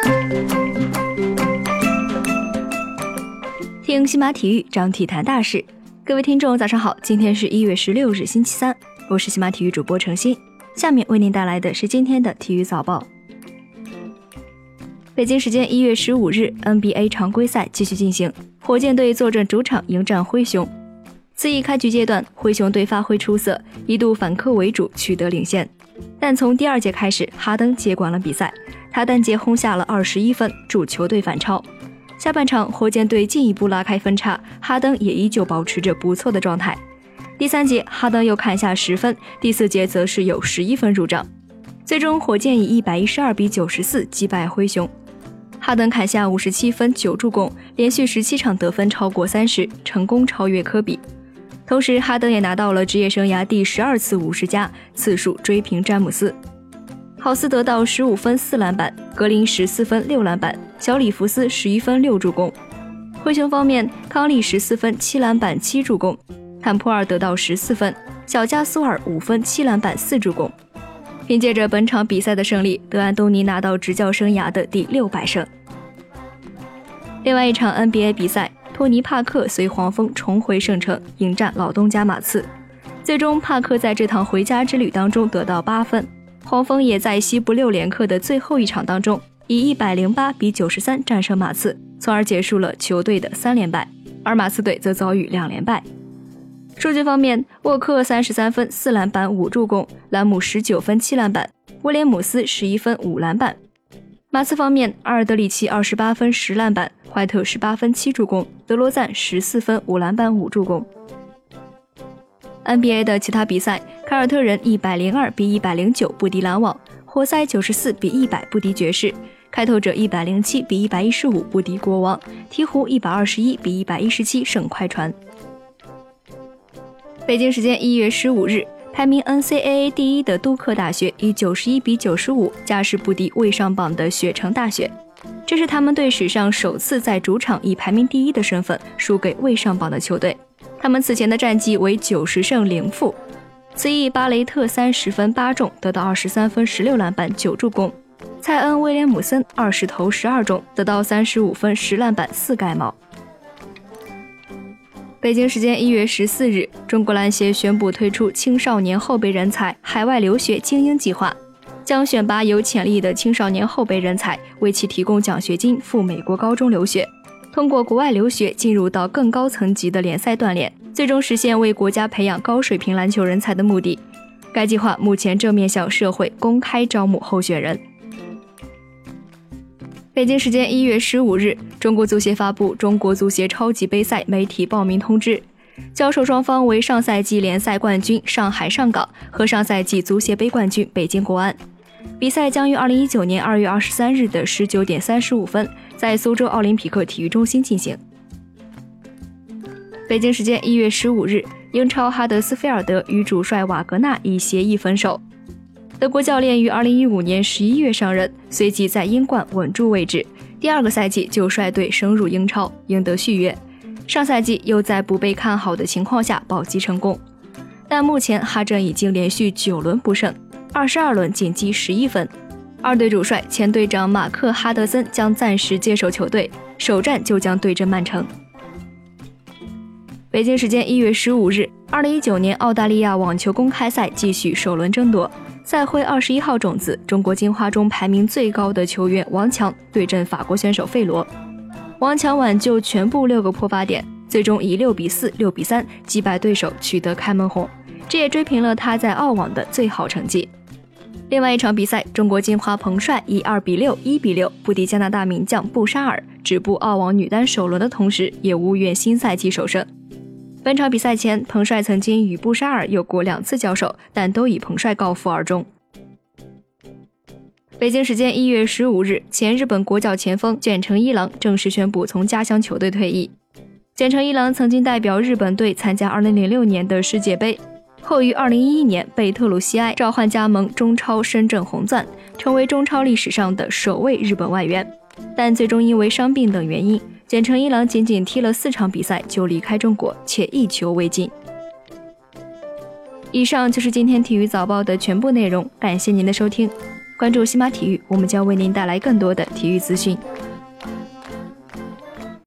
听西马体育，张体坛大事。各位听众早上好，今天是1月16日星期三，我是西马体育主播程鑫，下面为您带来的是今天的体育早报。北京时间1月15日 NBA 常规赛继续进行，火箭队坐镇主场迎战灰熊。此役开局阶段，灰熊队发挥出色，一度反客为主取得领先，但从第二节开始，哈登接管了比赛，他单节轰下了21分，助球队反超。下半场火箭队进一步拉开分差，哈登也依旧保持着不错的状态。第三节哈登又砍下10分，第四节则是有11分入账，最终火箭以112比94击败灰熊。哈登砍下57分9助攻，连续17场得分超过30，成功超越科比。同时哈登也拿到了职业生涯第12次50加，次数追平詹姆斯。豪斯得到15分4篮板，格林14分6篮板，小里弗斯11分6助攻。灰熊方面，康利14分7篮板7助攻，坦普尔得到14分，小加苏尔5分7篮板4助攻。凭借着本场比赛的胜利，德安东尼拿到执教生涯的第600胜。另外一场 NBA 比赛，托尼·帕克随黄蜂重回圣城，迎战老东家马刺。最终帕克在这趟回家之旅当中得到8分，黄蜂也在西部6连客的最后一场当中以108比93战胜马刺，从而结束了球队的3连败，而马刺队则遭遇2连败。数据方面，沃克33分4篮板5助攻，兰姆19分7篮板，威廉姆斯11分5篮板。马刺方面，阿尔德里奇28分10篮板，怀特18分7助攻，德罗赞14分5篮板5助攻。NBA 的其他比赛，凯尔特人102比109不敌篮网，活塞94比100不敌爵士，开拓者107比115不敌国王，鹈鹕121比117胜快船。北京时间1月15日，排名 NCAA 第1的杜克大学以91比95加时不敌未上榜的雪城大学，这是他们队史上首次在主场以排名第1的身份输给未上榜的球队。他们此前的战绩为90胜0负。此役巴雷特30分8中，得到23分16篮板9助攻，蔡恩威廉姆森20投12中，得到35分10篮板4盖帽。北京时间1月14日，中国篮协宣布推出青少年后备人才海外留学精英计划，将选拔有潜力的青少年后备人才，为其提供奖学金赴美国高中留学，通过国外留学进入到更高层级的联赛锻炼，最终实现为国家培养高水平篮球人才的目的。该计划目前正面向社会公开招募候选人。北京时间1月15日，中国足协发布中国足协超级杯赛媒体报名通知，交手双方为上赛季联赛冠军上海上港和上赛季足协杯冠军北京国安。比赛将于2019年2月23日的19点35分在苏州奥林匹克体育中心进行。北京时间1月15日，英超哈德斯菲尔德与主帅瓦格纳以协议分手。德国教练于2015年11月上任，随即在英冠稳住位置，第2个赛季就率队升入英超，赢得续约。上赛季又在不被看好的情况下保级成功，但目前哈镇已经连续9轮不胜，22轮仅积11分。二队主帅前队长马克·哈德森将暂时接手球队，首战就将对阵曼城。北京时间1月15日，2019年澳大利亚网球公开赛继续首轮争夺，赛会21号种子中国金花中排名最高的球员王强对阵法国选手费罗。王强挽救全部6个破发点，最终以6比4、6比3击败对手，取得开门红，这也追平了他在澳网的最好成绩。另外一场比赛，中国金花彭帅以2比6、1比6不敌加拿大名将布沙尔，止步澳网女单首轮的同时，也无缘新赛季首胜。本场比赛前，彭帅曾经与布沙尔有过2次交手，但都以彭帅告负而终。北京时间1月15日，前日本国脚前锋卷城一郎正式宣布从家乡球队退役。卷城一郎曾经代表日本队参加2006年的世界杯，后于2011年被特鲁西埃召唤加盟中超深圳红钻，成为中超历史上的首位日本外援，但最终因为伤病等原因，卷城一郎仅仅踢了4场比赛就离开中国，且一球未进。以上就是今天体育早报的全部内容，感谢您的收听。 关注西马体育，我们将为您带来更多的体育资讯。